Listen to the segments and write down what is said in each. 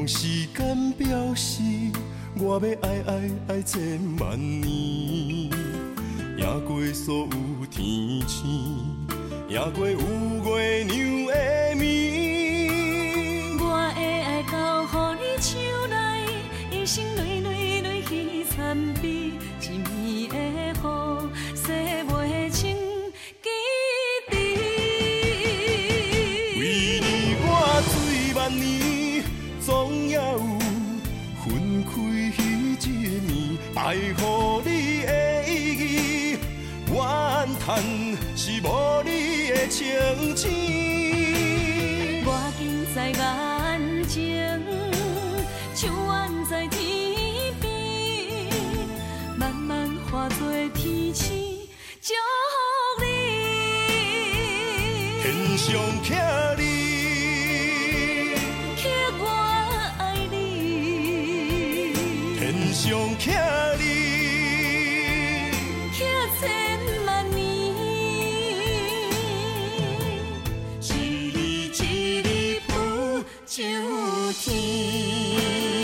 时间表示，我要爱千万年，赢过所有天星，赢过有月娘的面。 我的爱交予你手内，一生泪泪泪去参比，一暝的雨，洗袂清记忆。 为你我醉万年，总也有分开迄一暝，爱予你的意义，怨叹是无你的情痴。 我近在眼前，像远在天边，慢慢化作天星，祝福你。 天上徛你， 刻我爱你， 天上徛你， 刻千万年，一日一日不就天。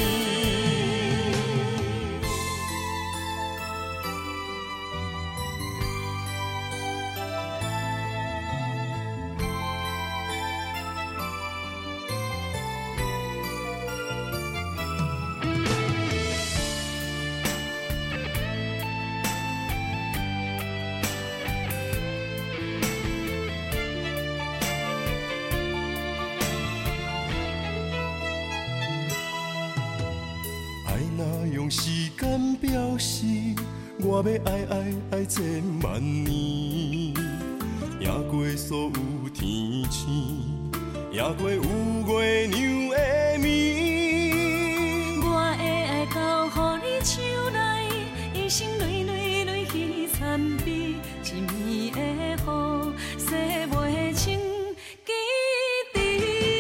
爱若用时间表示，我要爱千万年，赢过所有天星，赢过有月娘的面。 我的爱交予你手内，一生泪泪泪去参比，一暝的雨，洗袂清记忆。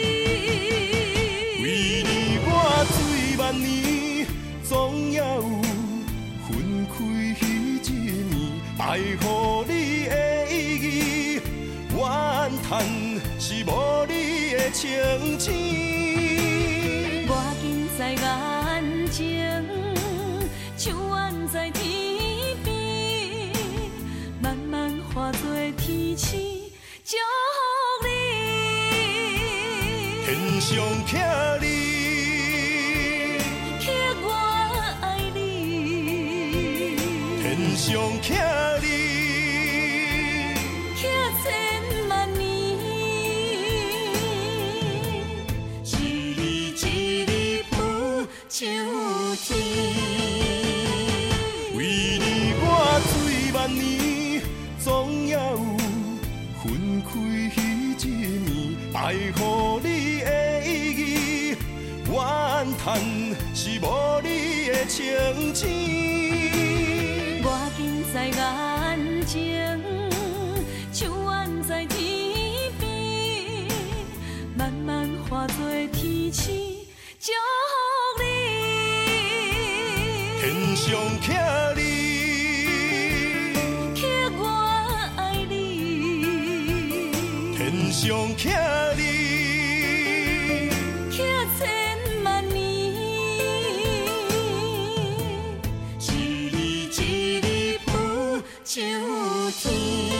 为你我醉万年，总也有分开迄一暝，爱予你的意义，怨叹是无你的情痴。 我近在眼前，像远在天边，慢慢化作天星，祝福你。 天上徛你， 刻我爱你， 天上徛你， 刻千万年，一日一日不就天。 为你我醉万年，总也有分开迄一暝，爱予你的意义，怨叹是无你的情痴。 我近在眼前，像远在天边，慢慢化作天星，祝福你。 天上徛你， 刻我爱你， 天上徛你， 刻千万年，一日一日不就天。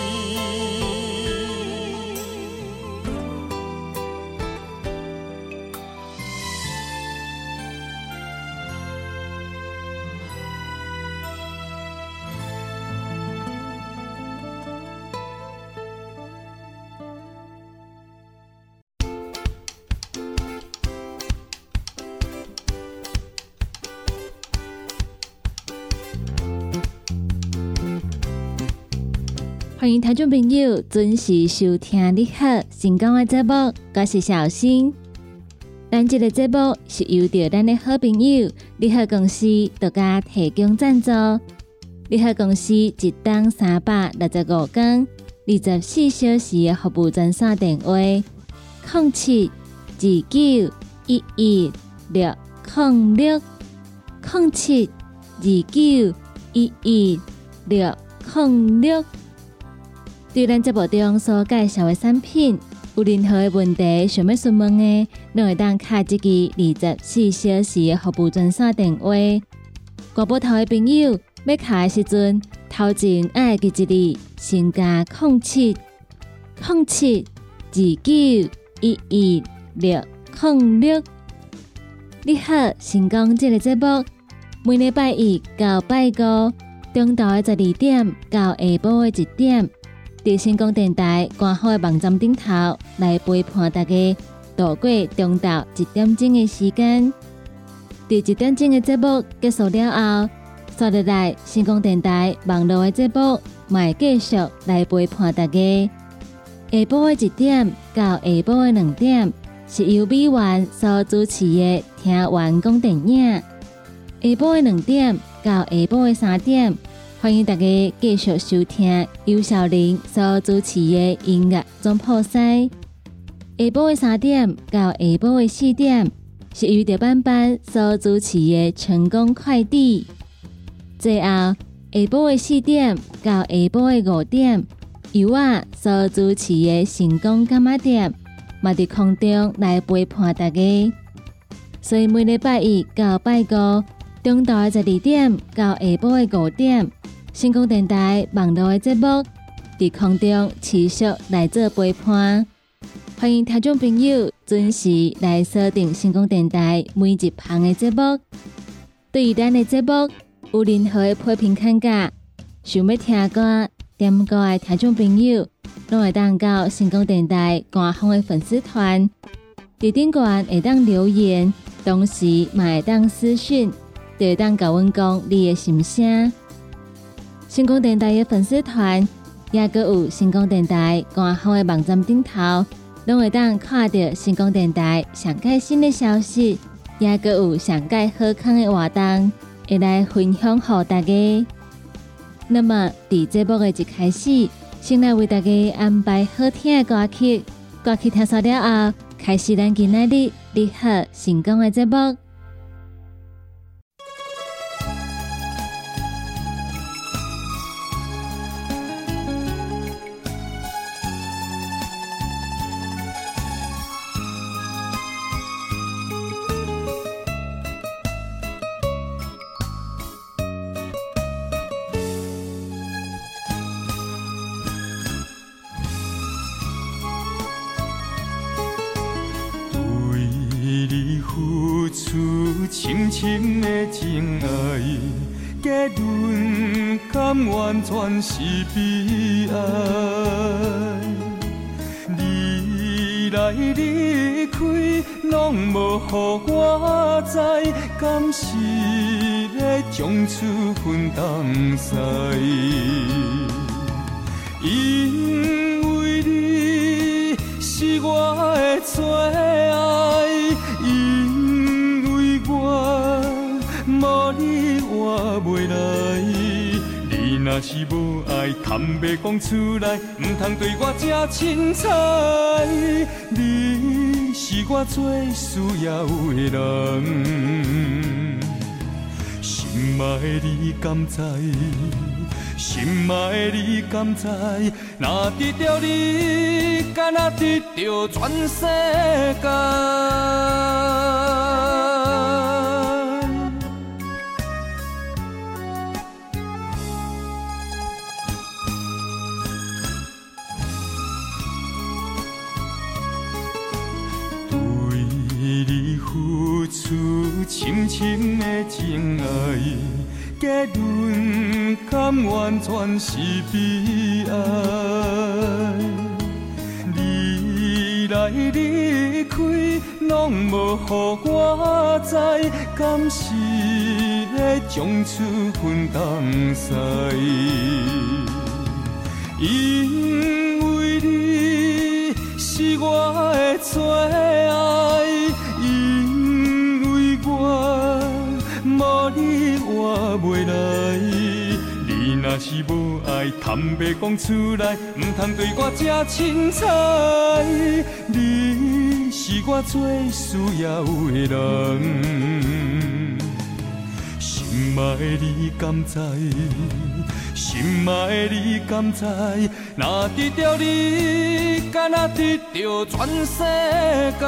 欢迎听众朋友准时收听你好成功的节目，我是小新。咱这个节目是由着咱的好朋友利好公司独家提供赞助。利好公司一档365天24小时的服务专线电话：0729116606 0729116606。对咱节目中所介绍的产品， 有任何的问题想要询问的，拢会当敲这支24小时的服务专线电话。挂拨头的朋友要敲的时阵，头前爱记一字，先加07 07 29 11 606。你好，成功这个节目每礼拜一到拜五，中昼的12点到下晡的1点，在成功电台官方的网站顶头来陪伴大家度过中昼1点钟的时间。在1点钟的节目结束了后，刷入来成功电台网络的节目，也继续来陪伴大家。下晡的1点到下晡的2点，是由美元所主持的听完讲电影。下晡的2点到下晡的3点，欢迎大家继续收听尤小玲所主持的音乐总铺塞。下晡的3点到下晡的4点，是由着班班所主持的成功快递。最后下晡的4点到下晡的5点，由我所主持的成功柑仔店，嘛伫空中来陪伴大家。所以每礼拜一到拜五，中昼的12点到下晡的5点，成功电台网络的节目伫空中持续来做陪伴。欢迎听众朋友准时来锁定成功电台每一项的节目。对于咱的节目有任何的批评看价，想要听歌点歌的听众朋友，拢会当到成功电台官方的粉丝团，伫顶悬会当留言，同时嘛会当私讯，就会当甲阮讲你的心声。成功电台的粉丝团，也阁有成功电台官方的网站顶头，拢会当看到成功电台上届新的消息，也阁有上届好康的活动，会来分享给大家。那么，伫节目的一开始，先来为大家安排好听的歌曲。歌曲听熟了后，开始咱今仔日你好成功的节目。 深深的情爱，结论敢完全是悲哀。你来你去，拢无予我知，敢是要将厝分东西？因为你是我的最爱。无你活袂来，你若是无爱，堪要讲出来，唔通对我这凊彩。你是我最需要的人，心爱的你敢知？心爱的你敢知？若得到你，敢若得到全世界。深深的情爱，结论敢完全是悲哀。你来你去，拢无予我知，敢是要将厝分东西？因为你是我的最爱。无你活袂来，你若是无爱，堪要讲出来，唔通对我这凊彩。你是我最需要的人，心爱的你敢知？心爱的你敢知？ 若得到你，敢若得到全世界。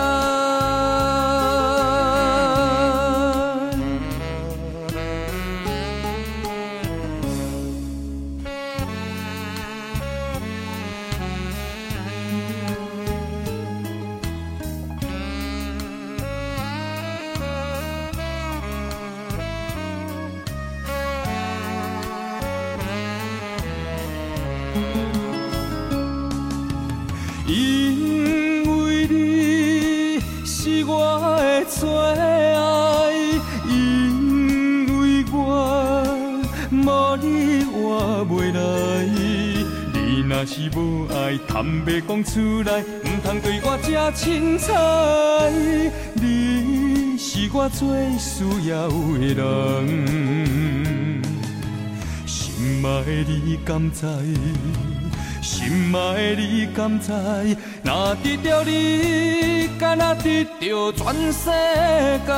因为你是我的最爱，因为我无你活袂来。你若是无爱，坦白讲出来，唔通对我这凊彩。你是我最需要的人，心爱的你敢知？心爱的你敢知？若得到你，敢若得到全世界。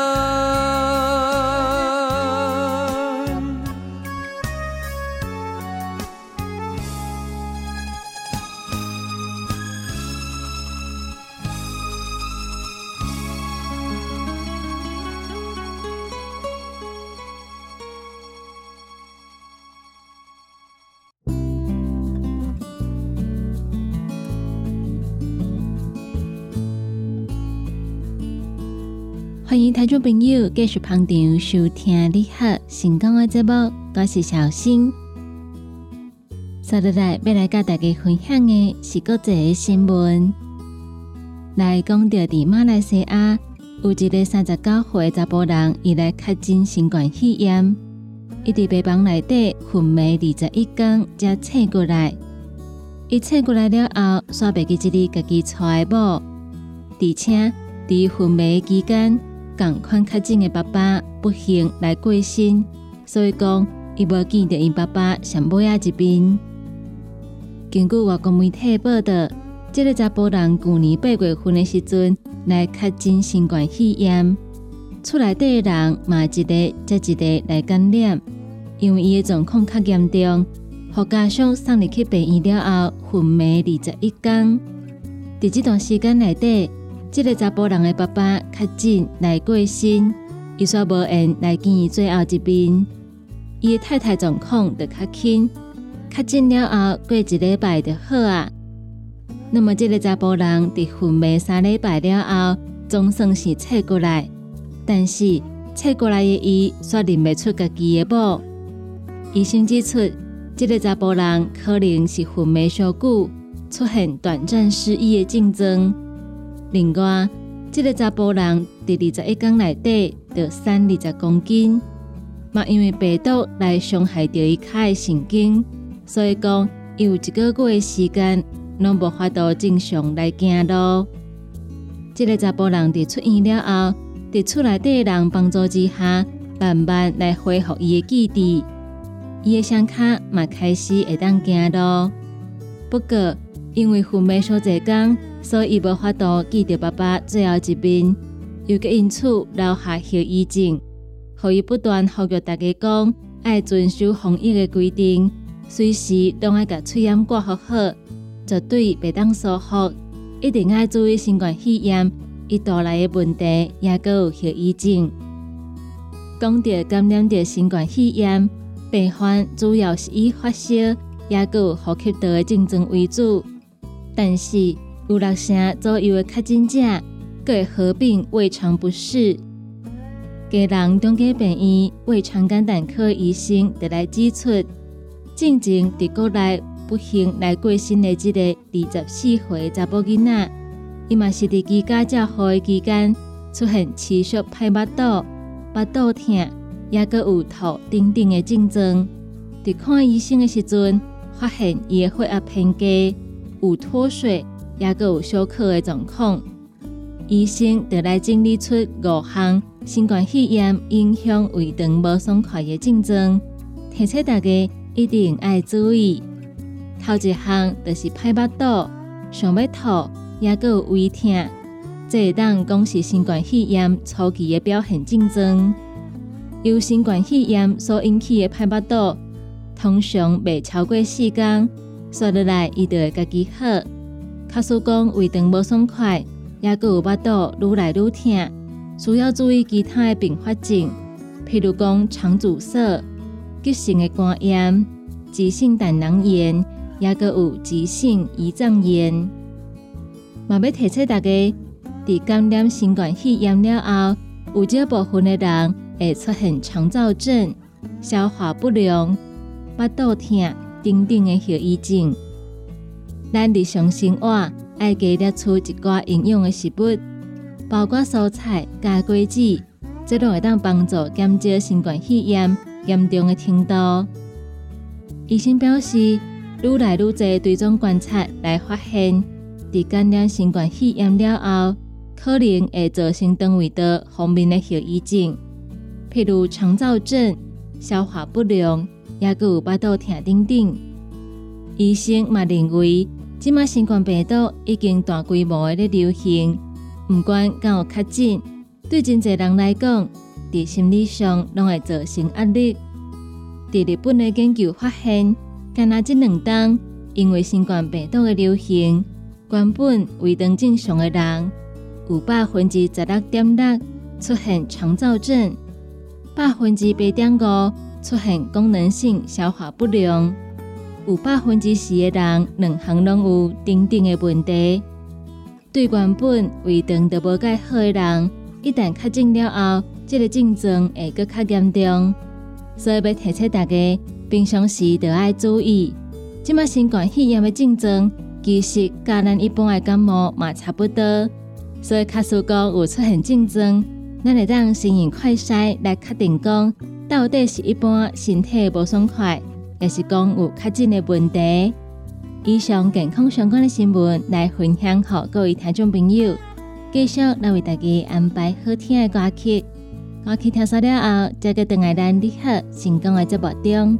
欢迎听众朋友继续捧场收听你好成功的节目，我是小新。接下来要来跟大家分享的是国际的新闻。来讲到在马来西亚有一个39岁的查甫人，伊来确诊新冠肺炎，伊伫病房内底昏迷21天才醒过来。伊醒过来了后，煞袂记这里家己带的某，而且伫昏迷期间，同款确诊的爸爸不幸来过身，所以讲伊无见到因爸爸上尾仔一面。根据外国媒体报道，这个查甫人去年8月份的时阵来确诊新冠肺炎，厝内底的人嘛一个接一个来感染，因为伊的状况较严重，互家属送入去病院了后昏迷21天。伫这段时间内底，这个查甫人的爸爸确诊来过身，伊煞无缘来见伊最后一面。伊的太太状况就较轻，确诊了后过1礼拜就好啊。那么这个查甫人伫昏迷3礼拜了后，总算是醒过来，但是醒过来的伊却认不出家己的某。医生指出，这个查甫人可能是昏迷伤久，出现短暂失忆的症状。另外，这个查甫人伫21天内底就瘦20公斤，嘛因为病毒来伤害到伊脚的神经，所以讲伊有1个月的时间拢无法度正常来行路。这个查甫人伫出院了后，伫厝内底的人帮助之下，慢慢来恢复伊的记忆，伊的双脚嘛开始会当行路。不过，因为昏迷伤侪天，所以伊无法度记得爸爸最后一面，又佮因此留下后遗症，互伊不断呼吁大家讲，爱遵守防疫的规定，随时拢爱甲喙炎挂好好，绝对袂当疏忽，一定爱注意新冠肺炎伊带来的问题，也佮有后遗症。讲到感染到新冠肺炎，病患主要是以发烧，也佮有呼吸道的症状为主。但是有60%左右的确诊者，佫会合并胃肠不适。家人中间病院胃肠肝胆科医生就来指出，正前伫国内不幸来过身的这个24岁的查甫囡仔，伊嘛是伫居家照护的期间出现持续歹腹肚、腹肚痛，也佫有吐等等的症状。伫看医生的时阵，发现伊的血压偏低，有脱水，也佫有休克的状况。医生就来整理出5项新冠肺炎影响胃肠无爽快的症状，提醒大家一定要注意。头一项就是歹腹肚、想要吐，也佫有胃痛，这会当讲是新冠肺炎初期的表现症状。由新冠肺炎所引起的歹腹肚，通常袂超过4天， 刷落来伊就会家己好。假使讲胃肠无爽快，也佫有巴肚愈来愈痛，需要注意其他的并发症，譬如讲肠阻塞、急性的肝炎、急性胆囊炎，也佫有急性胰脏炎。嘛要提醒大家，伫感染新冠肺炎了后，有少部分的人会出现肠燥症、消化不良、巴肚痛等等的后遗症。咱日常生活爱加摄取一寡营养的食物，包括蔬菜加果子，这拢会当帮助减少新冠肺炎严重的程度。医生表示，愈来愈侪追踪观察来发现，伫感染新冠肺炎了后，可能会造成肠胃道方面的后遗症，譬如肠燥症、消化不良，也佫有巴肚痛等等。医生嘛认为，即马新冠病毒已经大规模的咧流行，不管敢有确诊，对真侪人来讲，伫心理上拢会造成压力。伫日本的研究发现，敢若这2冬，因为新冠病毒的流行，原本胃肠正常的人，有16.6%出现肠燥症，8.5%出现功能性消化不良，有4%的人2项拢有等等的问题。对原本胃肠就无介好的人，一旦确诊了后，这个症状会更较严重。所以要提醒大家，平常时就要注意，即马新冠肺炎的症状其实甲咱一般的感冒嘛差不多。所以假使讲有出现症状，咱会当先用快筛来确定讲，到底是一般身体无爽快，也是讲有确诊的问题。以上健康相关的新闻来分享给各位听众朋友，继续来为大家安排好听的歌曲。歌曲听煞了后，再个回来咱你好成功的节目中。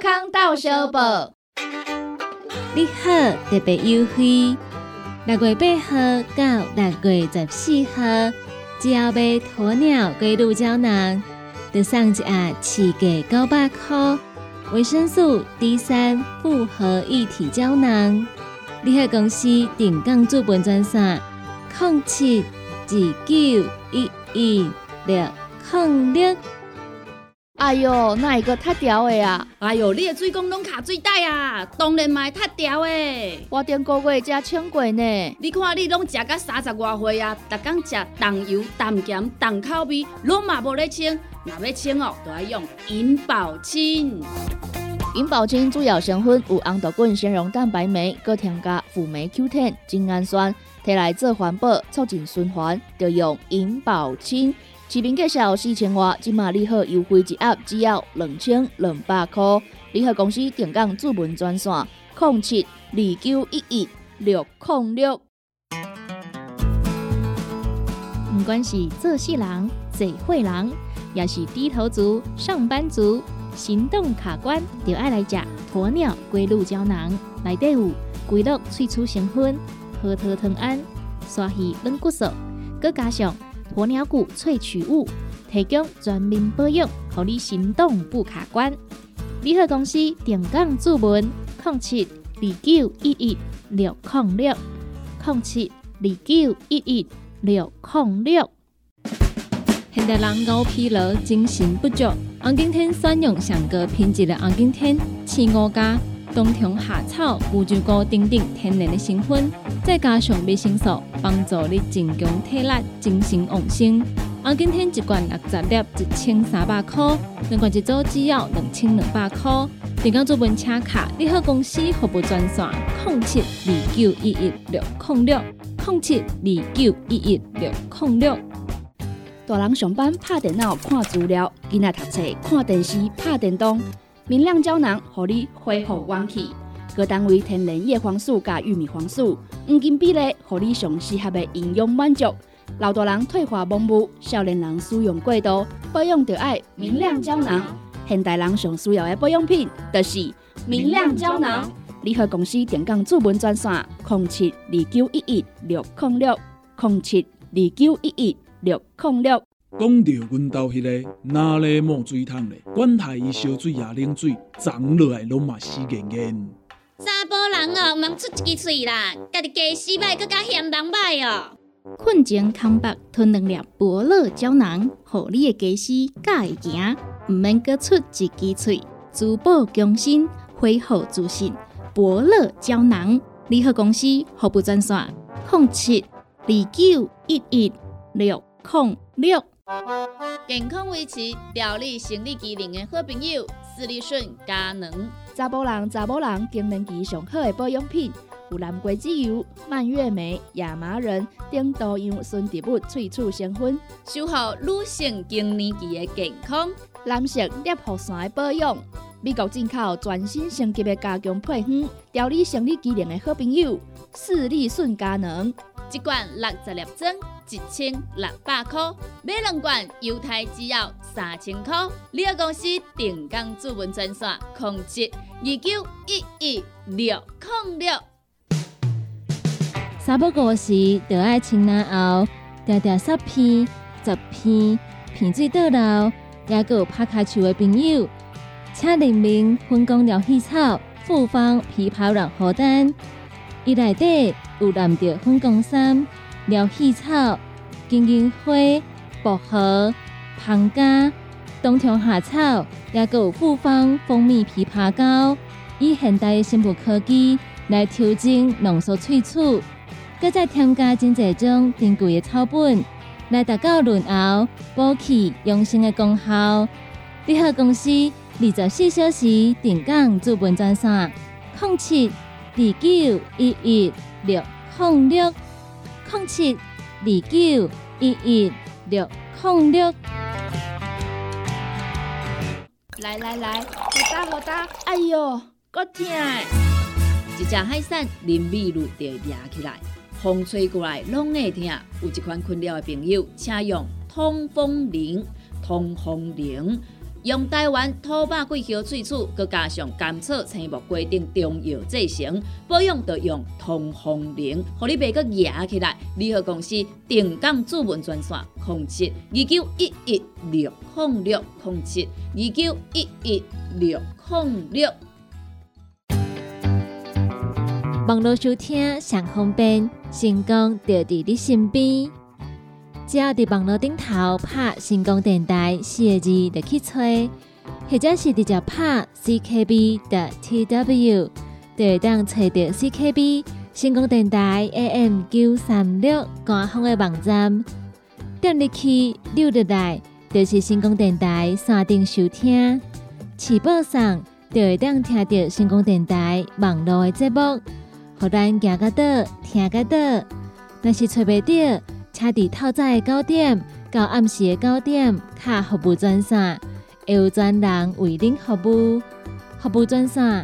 康到小报， 你好特别优惠，6月8號到6月14號，只要買鴕鳥龜鹿膠囊，就送一盒市價900塊維生素 D3 複合一體膠囊。你喺公司定崗主本專線0729116006。 哎哟，哪会个塌条的啊？ 哎哟，你的水管拢卡水袋啊，当然嘛会塌条的。 我顶个月才清过呢。 你看你拢食到30外岁啊，逐工食重油、重咸、重口味，拢嘛无咧清。若要清哦，就要用银保清。 银保清主要成分有红豆滚、纤溶蛋白酶，搁添加辅酶 Q10、精氨酸，摕来做环保，促进循环，就用银保清。市面价小4000外，即马利好优惠一盒只要2200块。利好公司定岗主文专线0729116006。 不管是做事人、做会人，也是低头族、上班族，行动卡关就爱来吃鸵鸟龟鹿胶囊，内底有龟鹿萃取成分、核桃藤胺、鲨鱼软骨素，佮加上鸵鸟骨萃取物，提供全面保养，让你行动不卡关。利好公司定岗主文0729116006，0729116006。 现代人熬疲劳、精神不足，红景天选用上高品质的红景天刺五加冬虫夏草、乌鸡菇等等天然的成分，再加上维生素，帮助你增强体力、精神旺盛。红景天一罐60粒1300块，两罐一组只要2200块。定岗主文车卡，你好公司服务专线0729116006，0729116006。 大人上班拍电脑看资料，囡仔读册看电视拍电动，明亮胶囊让你恢复元气。各单位天然叶黄素加玉米黄素，黄金比例，让你上适合的营养满足。老大人退化盲目，少年人使用过度，保养就要明亮胶囊。现代人上需要的保养品，就是明亮胶囊。利好公司定岗主文专线0729116006，0729116006。 讲到阮兜迄个哪里冒水桶咧，管他伊烧水也冷水，长落来拢嘛死严严。 查甫人哦，毋通出一支喙啦，家己家洗歹，搁较嫌人歹哦。 困前空腹吞2粒伯乐胶囊，互你的家私才会行，毋免搁出一支喙。珠宝强身，恢复自信。伯乐胶囊，利好公司服务专线0729116006。 健康维持、调理生理机能的好朋友，斯利顺佳能。 查甫人更年期上好的保养品，有蓝桂枝油、蔓越莓、亚麻仁等多样纯植物萃取成分， 守护女性更年期的健康。 男性尿护伞的保养，美国进口全新升级的加强配方，调理生理机能的好朋友，斯利顺佳能。 一罐60粒装，1600块；买2罐，犹太只要3000块。你好公司定岗主文专线0729116006。 三不五时，就爱清凉后，常常10片、10片，片水倒流，也有拍卡球的朋友，请联名粉光疗气草、复方枇杷软荷丹，伊内底有染着粉光参、疗气草、金银花、薄荷、芳加、冬虫夏草，也有复方蜂蜜枇杷膏，以现代的生物科技来调整浓缩萃取，搁再添加真侪种珍贵的草本，来达到润喉、补气、养生的功效。你好公司24小时定岗主文专线0729116006，0729116006。 来，好打，哎哟，够痛的！ 一只海扇淋米露就压起来，风吹过来拢会痛。有一款困扰的朋友，请用通风铃。 用台湾土白桂花萃取，佮加上甘草、青木规定中药制成，保养就用通风灵，互你袂佮压起来。联合公司定岗主文专线072116060729116006。 网络收听上方便，成功就伫你身边。只要伫网络顶头拍成功电台4个字就去找，或者是直接拍 ckb.tw， 就会当找到 CKB 成功电台 AM936 官方的网站。点入去溜入来，就是成功电台山顶收听，起报上就会当听到成功电台网络的节目，互咱行到倒，听到倒。若是找袂到，请伫透早的9点到暗时的9点，卡服务专线，会有专人为您服务。服务专线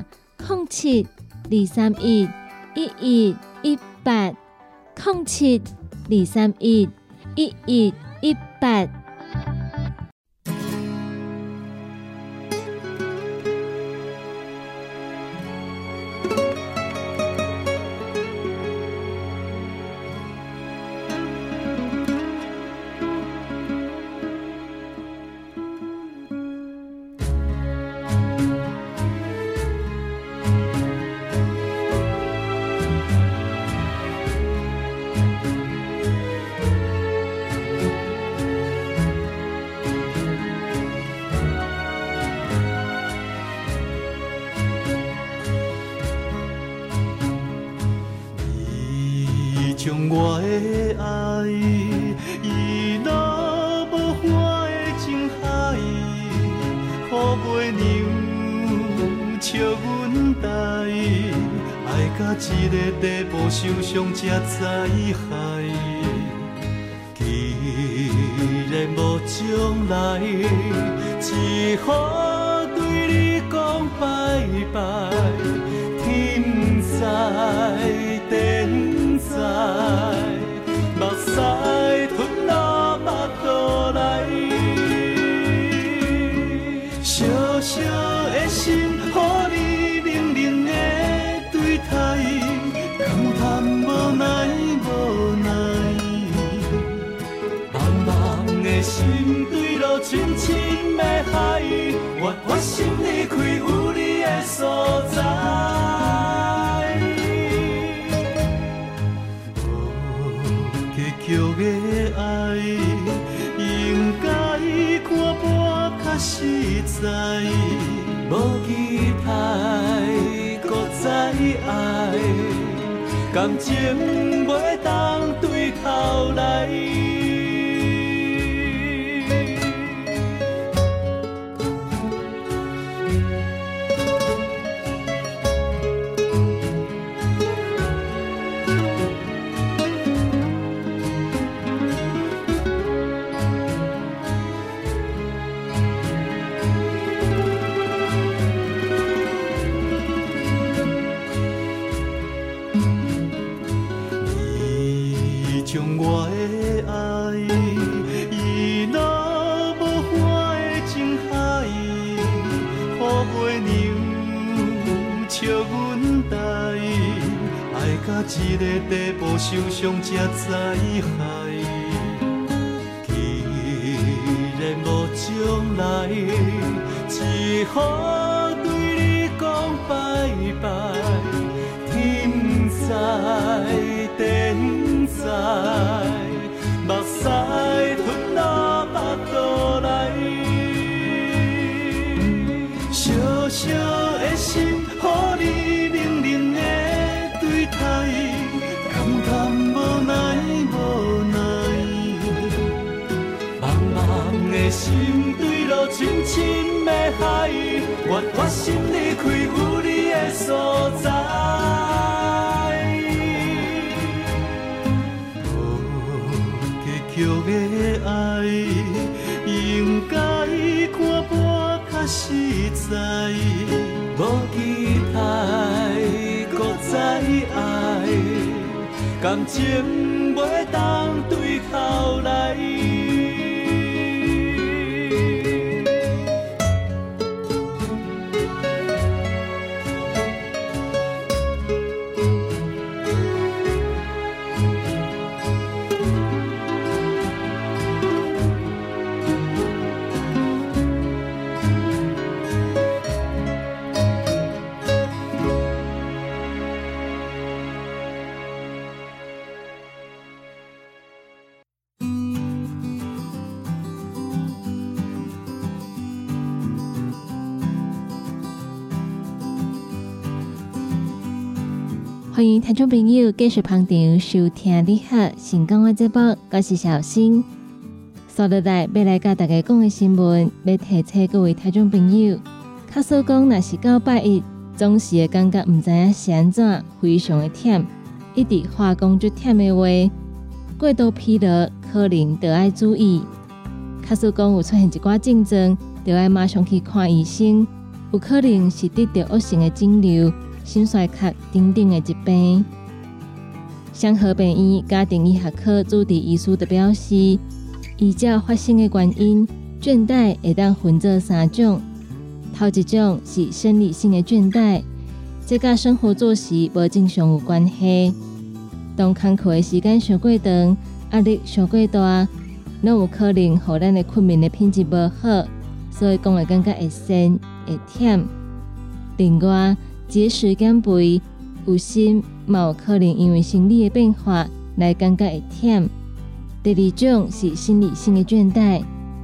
07-231-1118 07-231-1118。 将我的爱遗落无花的情海，可袂让笑阮呆，爱到这个地步，受伤才知害。既然无将来，只好对你讲拜拜，天知地知，目屎吞落腹肚内，小小的心，予你冷冷的对待，感叹无奈无奈，茫茫的心对路深深的海，我心离开有你的所在。叫的爱，应该看半较实在，无期待，搁再爱，感情袂当对头来。将我的爱遗落无花的情海，可袂让笑阮呆，爱到这个地步，受伤才知害。既然无将来，只好对你讲拜拜，天知地知，目屎吞落腹肚内，小小的心，予你冷冷的对待，感叹无奈无奈，茫茫的心对路深深的海，我心离开有你的所在。叫的爱，应该看半较实在，无期待，搁再爱，感情袂当对头来。 欢迎听众朋友继续捧场收听你好成功的节目，我是小新。所落来要来甲大家讲的新闻，要提醒各位听众朋友，卡说讲若是到拜一，总是会感觉唔知影是安怎，非常的忝，一直化工就忝的话，过度疲劳可能就要注意。卡说讲有出现一寡症状，就要马上去看医生，有可能是得到恶性的肿瘤、心衰竭等等的疾病。双和病院家庭医学科主治医师就表示，依照发生的原因，倦怠会当分做3种。头一种是生理性的倦怠，这甲生活作息无正常有关系。当工课的时间太过长，压力太过大，拢有可能让咱的睡眠的品质无好，所以讲会感觉会酸会忝。另外，节食减肥、有心嘛有可能因为生理的变化来感觉会忝。第二种是心理性的倦怠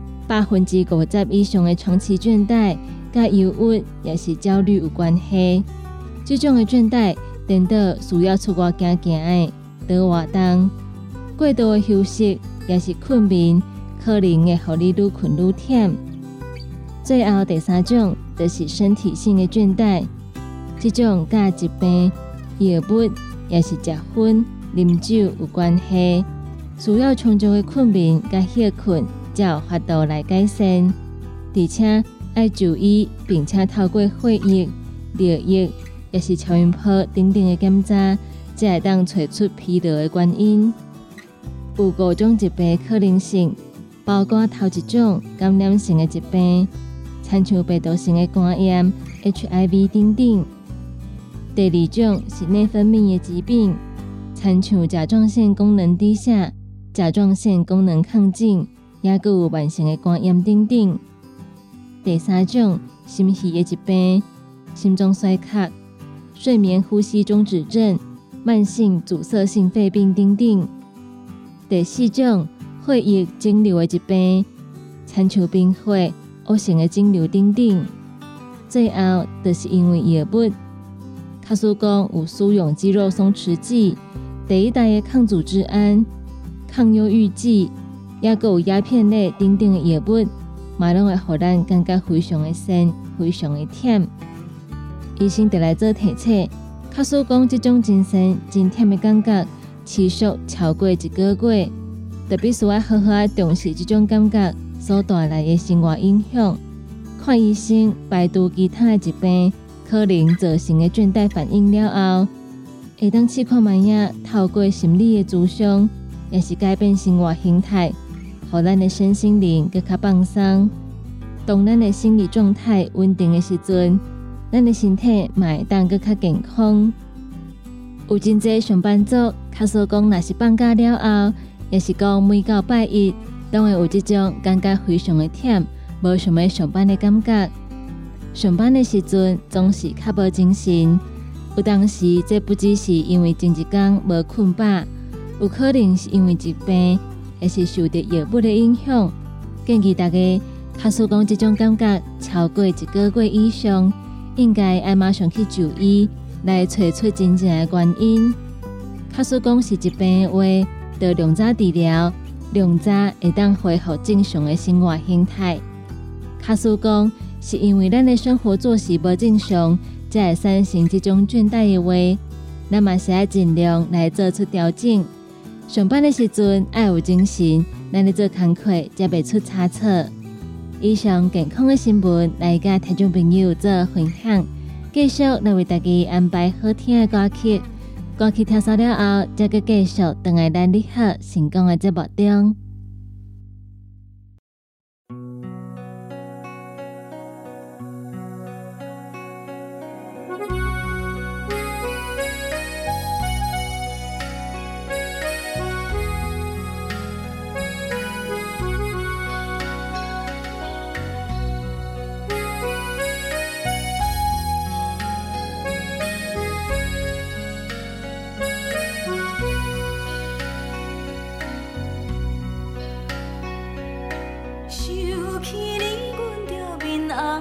，50%以上的长期倦怠，甲忧郁也是焦虑有关系。这种的倦怠，颠倒需要出外行行的，倒活动，过度的休息也是困眠，可能会让你愈困愈忝。最后第3种就是身体性的倦怠，这种甲疾病、药物也是食薰、啉酒有关系。需要充足的睡眠甲歇困，才有法度来改善。而且要注意，并且透过血液、尿液，也是超音波等等的检查，才会当找出疲劳的原因。有5种疾病的可能性，包括头一种感染性的疾病，亲像病毒性的肝炎、HIV 等等。第2种是内分泌的疾病，亲像甲状腺功能低下、甲状腺功能亢进，也佫有慢性的肝炎等等。第3种心血的疾病，心脏衰竭、睡眠呼吸中止症、慢性阻塞性肺病等等。第4种血液肿瘤的疾病，亲像贫血、恶性的肿瘤等等。最后就是因为药物，卡说讲有使用肌肉松弛剂、第1代的抗组织胺、抗忧郁剂，也有鸦片类等等的药物，嘛拢会让咱感觉非常的酸，非常的忝。医生就来做提醒，卡说讲这种真酸、真忝的感觉，持续超过1个月，就必须要好好重视这种感觉所带来的生活影响。看医生排除其他的疾病可能造成的倦怠反应了后，会当试看卖影透过心理的咨商，也是改变生活形态，让咱的身心灵更加放松。当咱的心理状态稳定的时阵，咱的身体嘛会当更加健康。有真侪上班族，卡说讲若是放假了后，也是讲每到拜一，都会有这种感觉非常的忝，无想要上班的感觉。上班的时阵总是较无精神，有当时这不只是因为前一天无困饱，有可能是因为疾病，还是受到药物的影响。建议大家，假使讲这种感觉超过1个月以上，应该要马上去就医，来找出真正的原因。假使讲是疾病的话，就量早治疗，量早会当恢复正常的生活形态。假使讲是因为咱的生活作息无正常，才会产生这种倦怠的话，咱嘛是要尽量来做出调整。上班的时阵要有精神，咱咧做工课才袂出差错。以上健康的新闻来甲听众朋友做分享，继续来为大家安排好听的歌曲。歌曲听煞了后，再佮继续等来咱你好成功的节目中。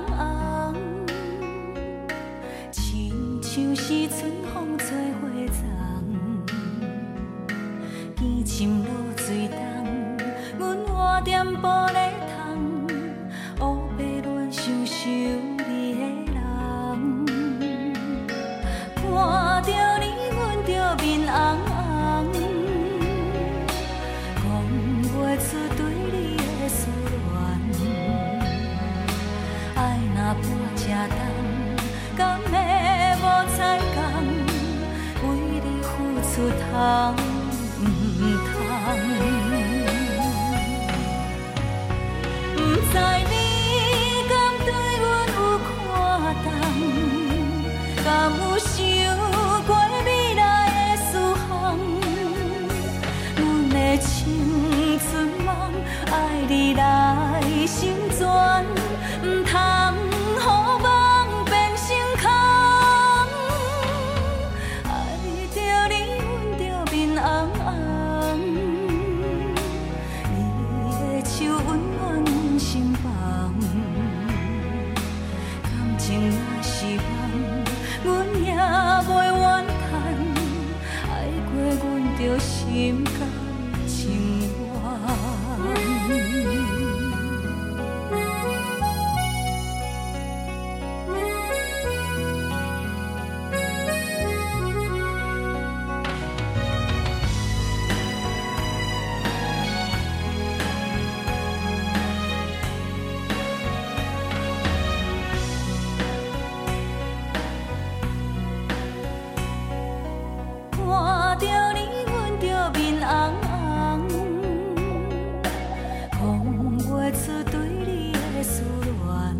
像是春风吹花残， 心落水重，阮活踮玻璃窗，乌白乱想想你的人，看着你，阮就面红红，讲袂出对你的思念，爱若半只重，敢会无彩工，为你付出通毋通？不知你敢对阮有看重，敢有想过未来的事项？阮的青春梦，爱你来成全，毋通予梦变成空。爱着你，阮就面红红，你的手温暖阮心房。感情若是梦，阮也袂怨叹，爱过阮就心甘情愿。看着你，阮就面红红，讲袂出对你的思念。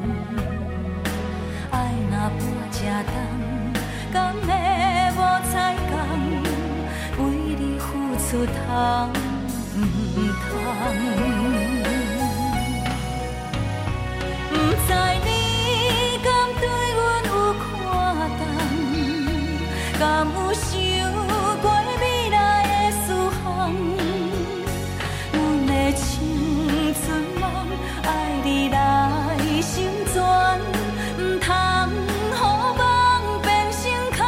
爱若半只重，敢会无彩工，为你付出通毋通？不知你敢对阮有看重，敢有想过未来的事项？阮的青春梦，爱你来成全，毋通予梦变成空。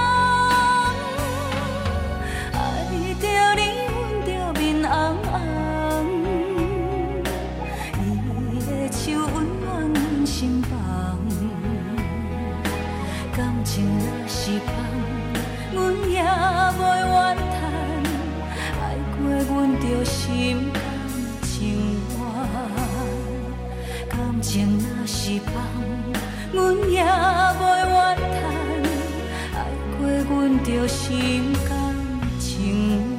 爱着你，阮就面红红，你的手温暖阮心房。感情若是梦，阮也袂怨叹，爱过阮就心甘情愿。感情若是梦，阮也袂怨叹，爱过阮就心甘情愿。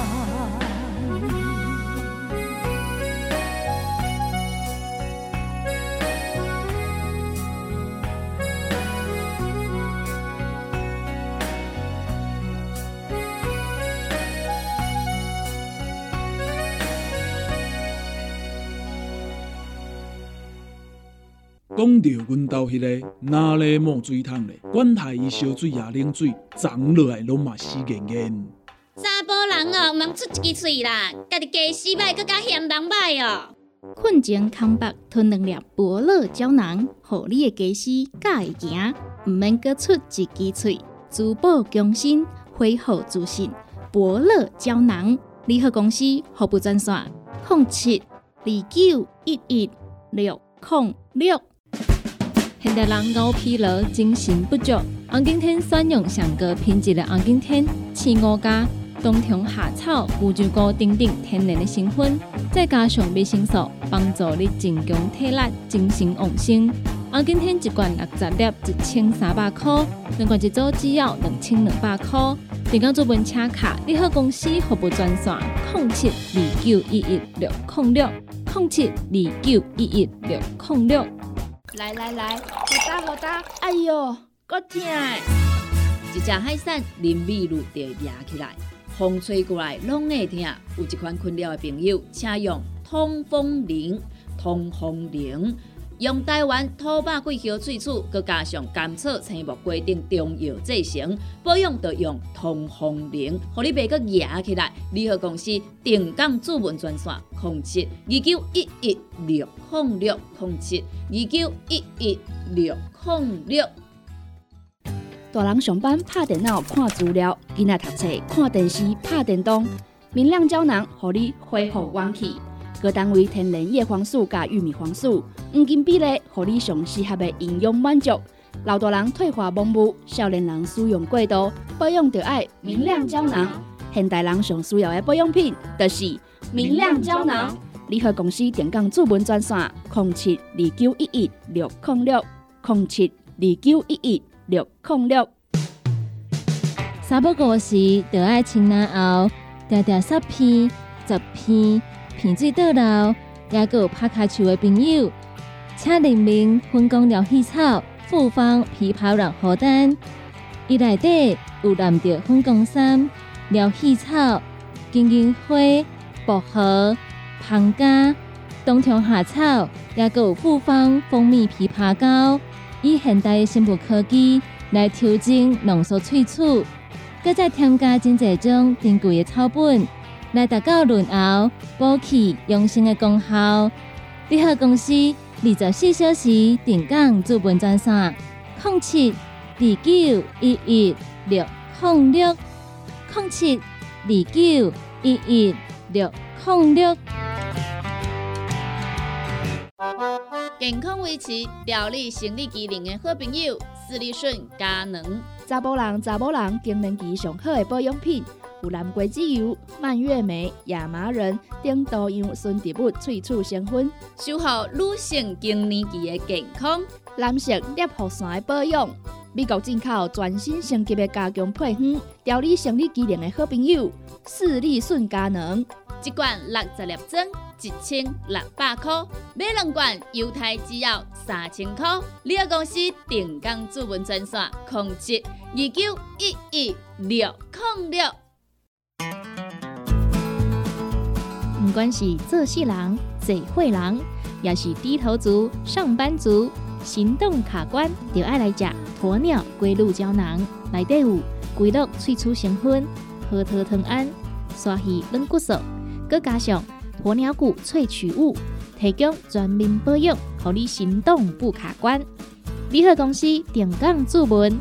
讲到阮兜迄个哪里冒水桶咧，管他伊烧水也冷水，长落来拢嘛死严严。 查甫人哦，毋通出一支喙啦，家己家死歹，搁较嫌人歹哦。 困前空腹吞2粒伯乐胶囊，互你的家死才会行，毋免搁出一支喙，珠宝强身，恢复自信。伯乐胶囊，联合公司服务专线0729116006。 现代人熬疲劳、精神不足，红景天选用上高品质的红景天青5加、冬虫夏草、乌鸡菇等等天然的成分，再加上维生素，帮助你增强体力、精神旺盛。红景天一罐60粒，1300块；2罐一组只要2200块。电工主文车卡，联合公司服务专线：0729116006，0729116006。 来，好打，哎哟，够痛！ 一只海扇林美露就压起来，风吹过来拢会痛。有一款困扰的朋友，请用通风灵，用台湾土白桂花萃取，佮加上甘草、青木、规定中药制成，保养就用通风灵，互你袂佮压起来。联合公司定岗主文专线：0721160607211606。 大人上班拍电脑看资料，囡仔读册看电视拍电动。 明亮胶囊，让你恢复元气。各单位天然叶黄素加玉米黄素，黄金比例，让你上适合的营养满足。老大人退化盲目，少年人使用过度，保养就要明亮胶囊。现代人上需要的保养品，就是明亮胶囊。联合公司电工主文专线07291160060729116006。 三不五时，就爱清凉后，常常10片、10片，片水倒流，也有拍卡球的朋友，请联名分工疗气草、复方枇杷软荷丹，伊内底有含着粉光参、疗气草、金银花、薄荷、芳加、冬虫夏草，也有复方蜂蜜枇杷膏，以现代的生物科技来调整浓缩萃取。搁再添加真侪种珍贵的草本，来达到润喉、补气、养生的功效。联合公司24小时定岗主文专线07291160060729116006。 健康维持、调理生理机能的好朋友，斯利顺佳能。 查甫人更年期上好的保养品，有蓝桂枝油、蔓越莓、亚麻仁等多样纯植物萃取成分， 守护女性更年期的健康。 男性尿护伞的保养，美国进口全新升级的加强配方，调理生理机能的好朋友，斯利顺佳能。 一罐60粒装，1600块；买2罐，犹太只要3000块。联合公司定岗主文专线0729116006。 不管是做事人、做伙人，也是低头族、上班族，行动卡关，就爱来吃鸵鸟龟鹿胶囊。内底有龟鹿萃取成分、核桃藤胺、鲨鱼软骨素，佮加上鸵鸟骨萃取物，提供全面保养，让你行动不卡关。联合公司定岗主文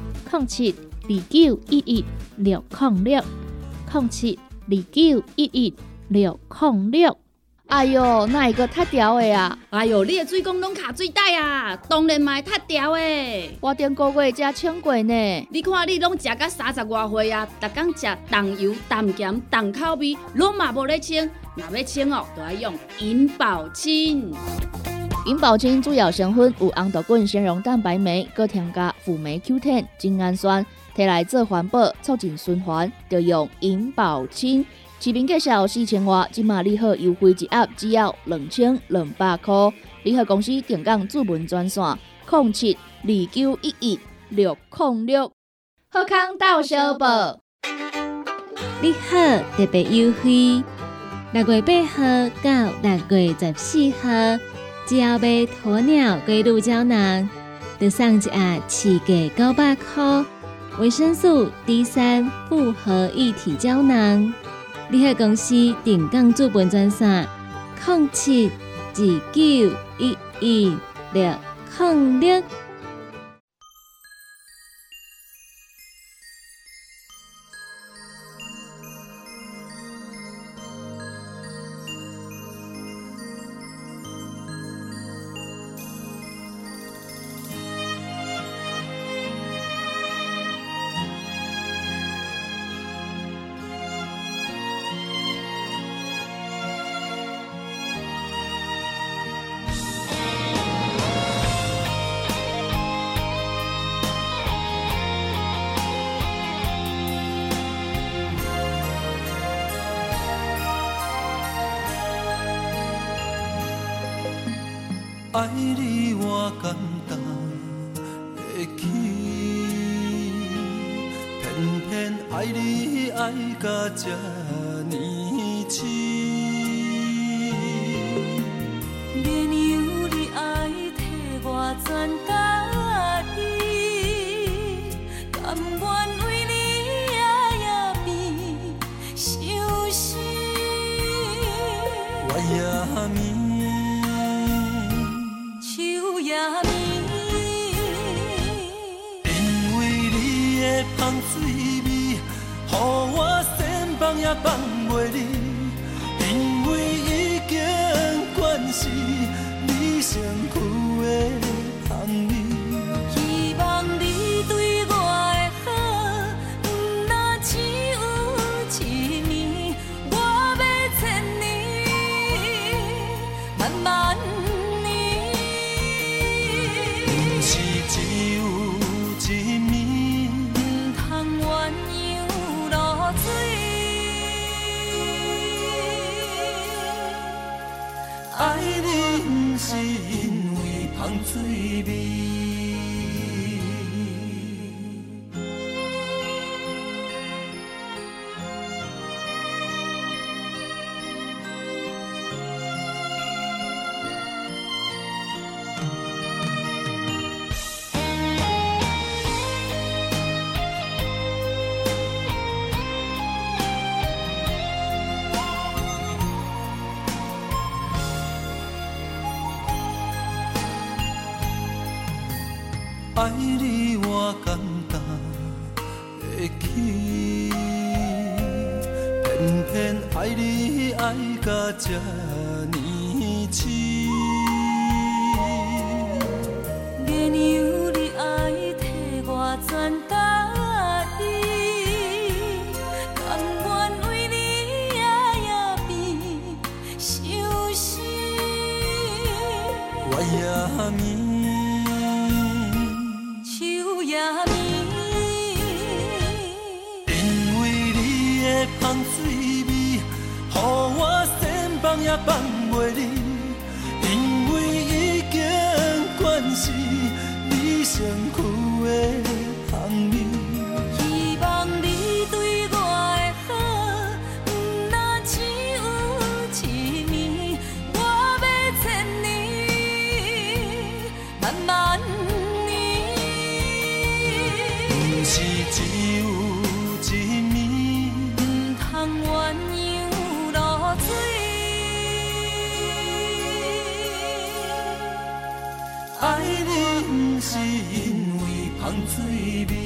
07291160060729116006。 哎哟，哪会个塌掉的啊？ 哎哟，你的水管拢卡水袋啊，当然嘛会塌掉的。 我顶个月才清过呢。 你看你拢食到30外岁啊，逐工食重油、重咸、重口味，拢嘛无咧清。若要清哦，就要用银保清。 银保清主要成分有红豆滚、纤溶蛋白酶，佮添加辅酶 Q10、精氨酸，摕来做环保，促进循环，就用银保清。市面价小4000外，今马利好优惠一盒只要2200块。联合公司定岗主文专线0729116006。好康到小报， 你好特别优惠，6月8号到6月14号，只要买鸵鸟龟鹿胶囊，就送一盒市价900块维生素 D3 复合一体胶囊。联合公司定岗主文专线0729116006。 爱你我简单会起，偏偏爱你爱到这呢深。 免由你爱替我全家己，甘愿为你夜夜变伤心。 我也眠。香水味，予我先放也放袂离。 爱你不是因为香水味。爱你我简单会起，偏偏爱你爱到这呢痴。 原有你爱替我全答应，甘愿为你夜变伤心。 我也眠。香水味，予我先放也放袂离，因为已经惯是你身躯的香味。 希望你对我的好，不那只有一暝，我要千年，慢慢年。 不是只有一暝。 鸳鸯落水， 爱你不是因为香水味，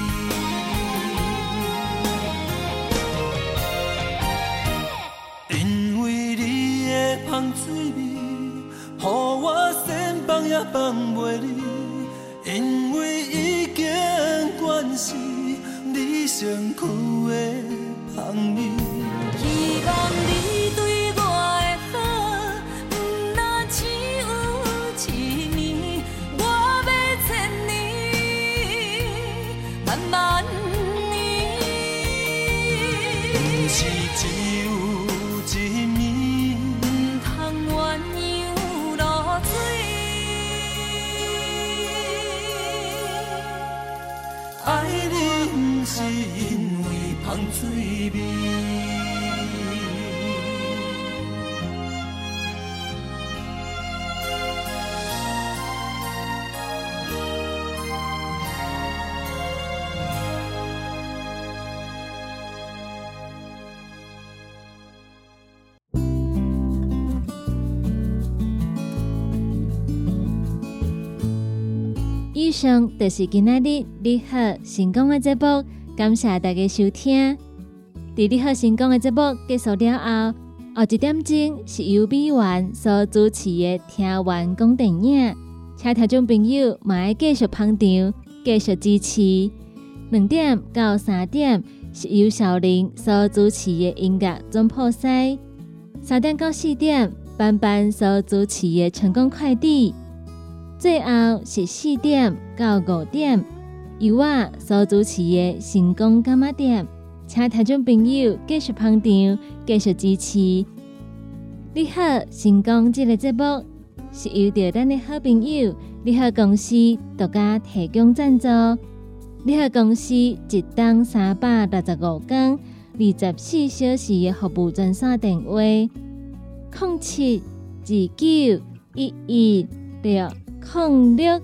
因为你的香水味，予我先放也放袂离，因为已经惯是你身躯的。 希望你对我的好，不那只有一暝，我要千年，慢慢年。 不是只有一暝， 不通鸳鸯落水， 爱你不是因为香水味。 以上就是今仔日你好成功的节目，感谢大家收听。伫你好成功的节目结束了后，后1點鐘是由美元所主持的聽完講電影，請聽眾朋友嘛要繼續捧場，繼續支持。2點到3點是由小玲所主持的音樂總鋪師，3點到4點班班所主持的成功快遞。最後是4點到5點，由我所主持的成功柑仔店，請聽眾朋友繼續捧場，繼續支持。你好，成功這個節目是由着咱的好朋友你好公司獨家提供贊助。你好公司一檔365天24小時的服務專線電話：07 29 11 6 06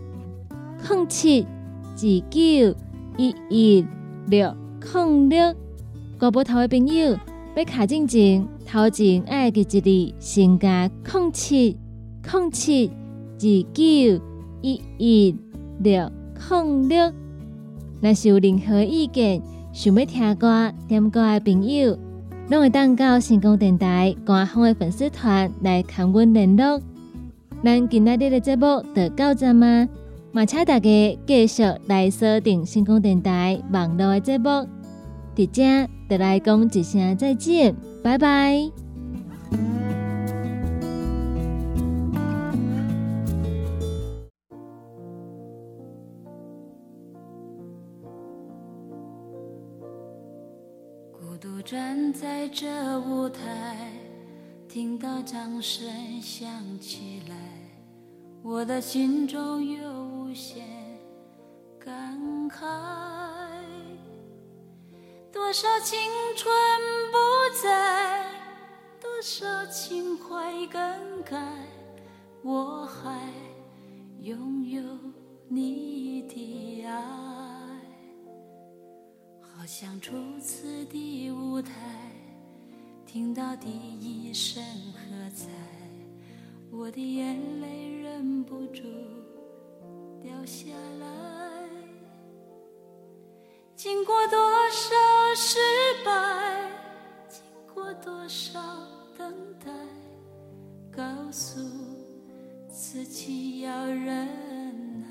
07 29 11 6 06。國寶頭的朋友要卡進前，頭前愛記一字，先加07 07 29 11 6 06。若是有任何意見，想要聽歌、點歌的朋友，攏會當到成功電台官方的粉絲團來跟阮聯絡。咱今仔日的節目就到這嘛，嘛請大家繼續來鎖定成功電台網絡的節目。在這就來講一聲再見，拜拜。 站在这舞台， 听到掌声响起来，我的心中有无限感慨。多少青春不在，多少情怀更改，我还拥有你的爱。好像初次的舞台，听到第一声喝彩，我的眼泪忍不住掉下来。经过多少失败，经过多少等待，告诉自己要忍耐。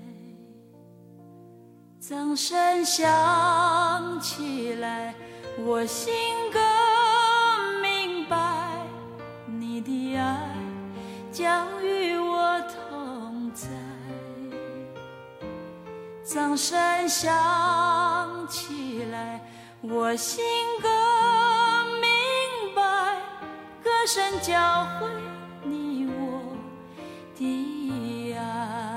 掌声响起来，我心更明白，你的爱将与我同在。掌声响起来，我心更明白，歌声教会你我的爱。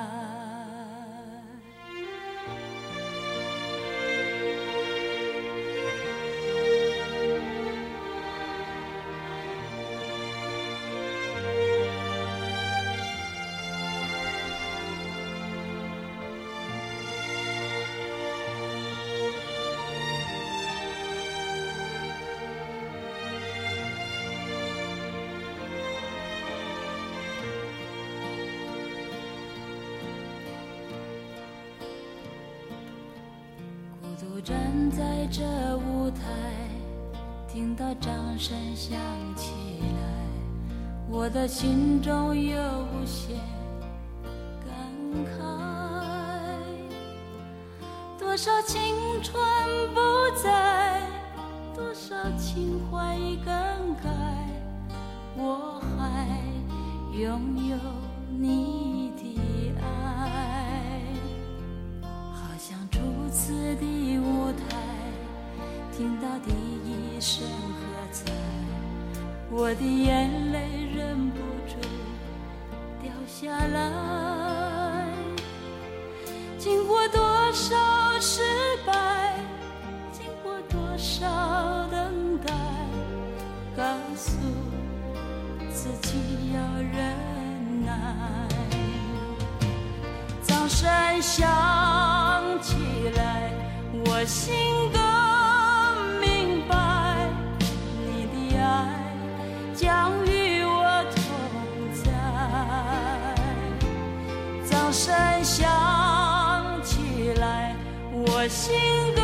独站在这舞台，听到掌声响起来，我的心中有无限感慨。多少青春不在，多少情怀更改，我还拥有你的爱。好像初次的舞台，听到第一声喝彩，我的眼泪忍不住掉下来。经过多少失败，经过多少等待，告诉自己要忍耐。掌声响起来，我心更明白，你的爱将与我同在。掌声响起来，我心更